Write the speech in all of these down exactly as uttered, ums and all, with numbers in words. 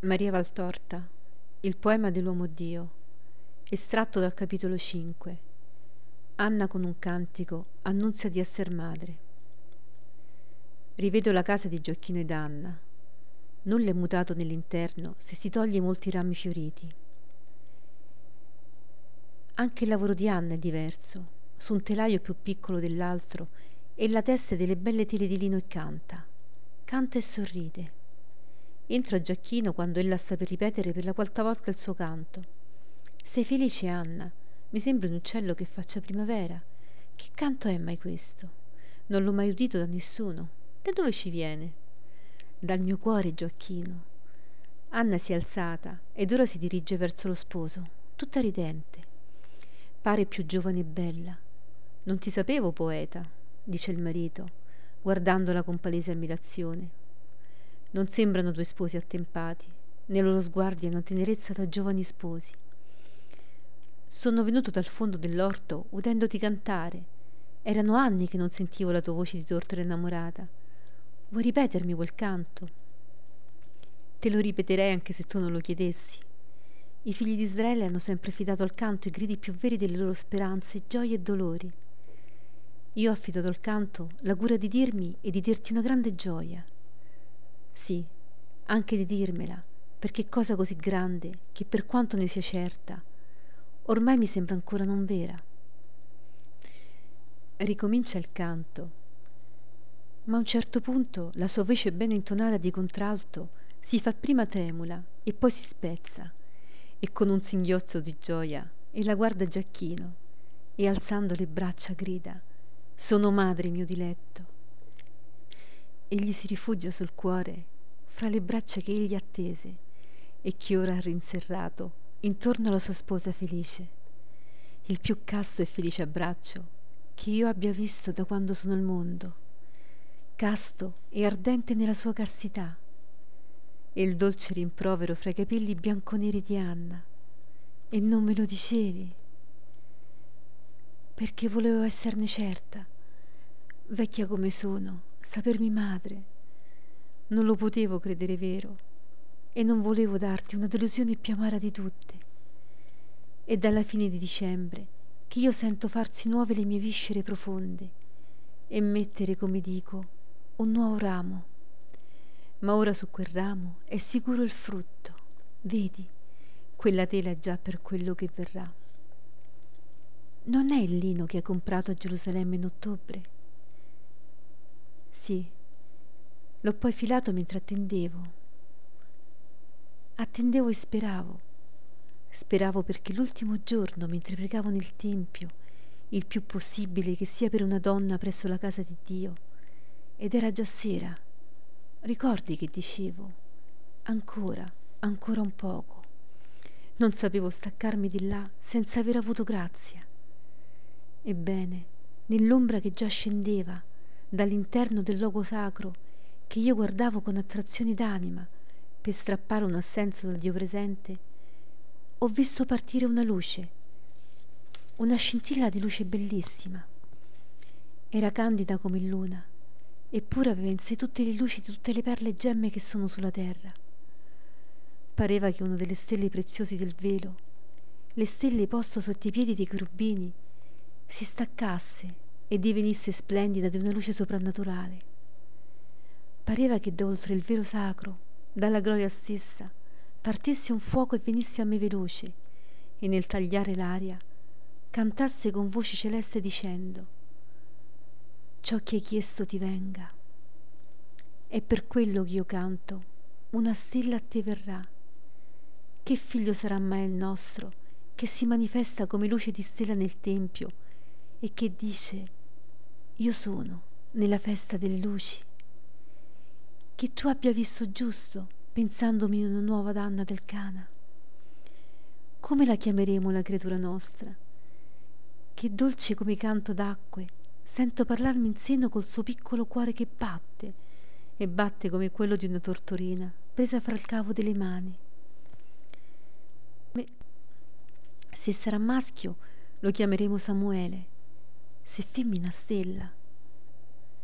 Maria Valtorta, il poema dell'uomo Dio, estratto dal capitolo cinque. Anna con un cantico annunzia di esser madre. Rivedo la casa di Gioacchino ed Anna. Nulla è mutato nell'interno se si toglie molti rami fioriti. Anche il lavoro di Anna è diverso. Su un telaio più piccolo dell'altro ella tesse delle belle tele di lino e canta. Canta e sorride. Entra Giacchino quando ella sta per ripetere per la quarta volta il suo canto. Sei felice, Anna? Mi sembra un uccello che faccia primavera. Che canto è mai questo? Non l'ho mai udito da nessuno. Da dove ci viene? Dal mio cuore, Giacchino. Anna si è alzata ed ora si dirige verso lo sposo, tutta ridente. Pare più giovane e bella. Non ti sapevo poeta, dice il marito, guardandola con palese ammirazione. Non sembrano due sposi attempati, nei loro sguardi è una tenerezza da giovani sposi. Sono venuto dal fondo dell'orto udendoti cantare. Erano anni che non sentivo la tua voce di tortora innamorata. Vuoi ripetermi quel canto? Te lo ripeterei anche se tu non lo chiedessi. I figli di Israele hanno sempre affidato al canto i gridi più veri delle loro speranze, gioie e dolori. Io ho affidato al canto la cura di dirmi e di dirti una grande gioia. Sì, anche di dirmela, perché è cosa così grande che per quanto ne sia certa, ormai mi sembra ancora non vera. Ricomincia il canto, ma a un certo punto la sua voce ben intonata di contralto si fa prima tremula e poi si spezza, e con un singhiozzo di gioia ella guarda Giacchino e alzando le braccia grida: «Sono madre, mio diletto!» Egli si rifugia sul cuore fra le braccia che egli attese e che ora ha rinserrato intorno alla sua sposa felice, il più casto e felice abbraccio che io abbia visto da quando sono al mondo, casto e ardente nella sua castità, e il dolce rimprovero fra i capelli bianconeri di Anna. E non me lo dicevi? Perché volevo esserne certa, vecchia come sono, sapermi madre. Non lo potevo credere vero e non volevo darti una delusione più amara di tutte. È dalla fine di dicembre che io sento farsi nuove le mie viscere profonde e mettere, come dico, un nuovo ramo. Ma ora su quel ramo è sicuro il frutto. Vedi, quella tela è già per quello che verrà. Non è il lino che hai comprato a Gerusalemme in ottobre? Sì, l'ho poi filato mentre attendevo. Attendevo e speravo. Speravo perché l'ultimo giorno, mentre pregavo nel tempio, il più possibile che sia per una donna presso la casa di Dio, ed era già sera. Ricordi che dicevo? Ancora, ancora un poco. Non sapevo staccarmi di là senza aver avuto grazia. Ebbene, nell'ombra che già scendeva dall'interno del luogo sacro, che io guardavo con attrazioni d'anima per strappare un assenso dal Dio presente, ho visto partire una luce, una scintilla di luce bellissima. Era candida come luna, eppure aveva in sé tutte le luci di tutte le perle e gemme che sono sulla terra. Pareva che una delle stelle preziosi del velo, le stelle poste sotto i piedi dei cherubini, si staccasse e divenisse splendida di una luce soprannaturale. Pareva che da oltre il velo sacro, dalla gloria stessa, partisse un fuoco e venisse a me veloce, e nel tagliare l'aria cantasse con voce celeste dicendo: «Ciò che hai chiesto ti venga». È per quello che io canto: una stella a te verrà. Che figlio sarà mai il nostro, che si manifesta come luce di stella nel tempio e che dice: «Io sono nella festa delle luci»? Che tu abbia visto giusto, pensandomi una nuova Anna del Cana. Come la chiameremo la creatura nostra? Che dolce come canto d'acque sento parlarmi in seno col suo piccolo cuore che batte, e batte come quello di una tortorina presa fra il cavo delle mani. Se sarà maschio lo chiameremo Samuele, se femmina Stella.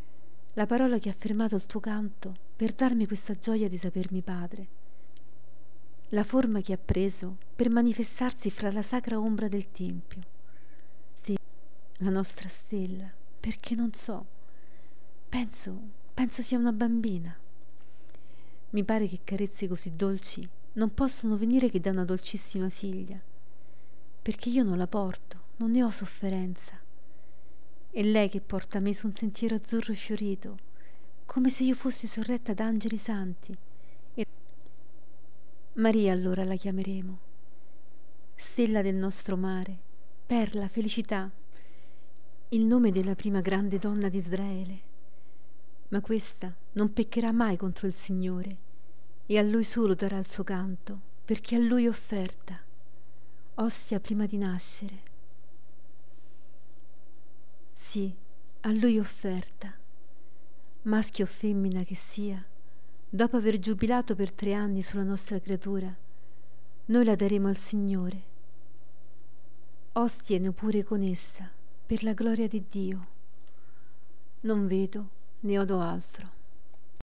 La parola che ha fermato il tuo canto per darmi questa gioia di sapermi padre. la forma che ha preso per manifestarsi fra la sacra ombra del tempio. Stella, la nostra stella, perché non so. Penso, penso sia una bambina. Mi pare che carezze così dolci non possono venire che da una dolcissima figlia, perché io non la porto, non ne ho sofferenza. È lei che porta me su un sentiero azzurro e fiorito, come se io fossi sorretta da angeli santi. E Maria allora la chiameremo, stella del nostro mare, perla, felicità, il nome della prima grande donna di Israele. Ma questa non peccherà mai contro il Signore, e a Lui solo darà il suo canto, perché a Lui è offerta, ostia prima di nascere. Sì, a Lui offerta, maschio o femmina che sia, dopo aver giubilato per tre anni sulla nostra creatura, noi la daremo al Signore. Ostiene pure con essa, per la gloria di Dio. Non vedo né odo altro.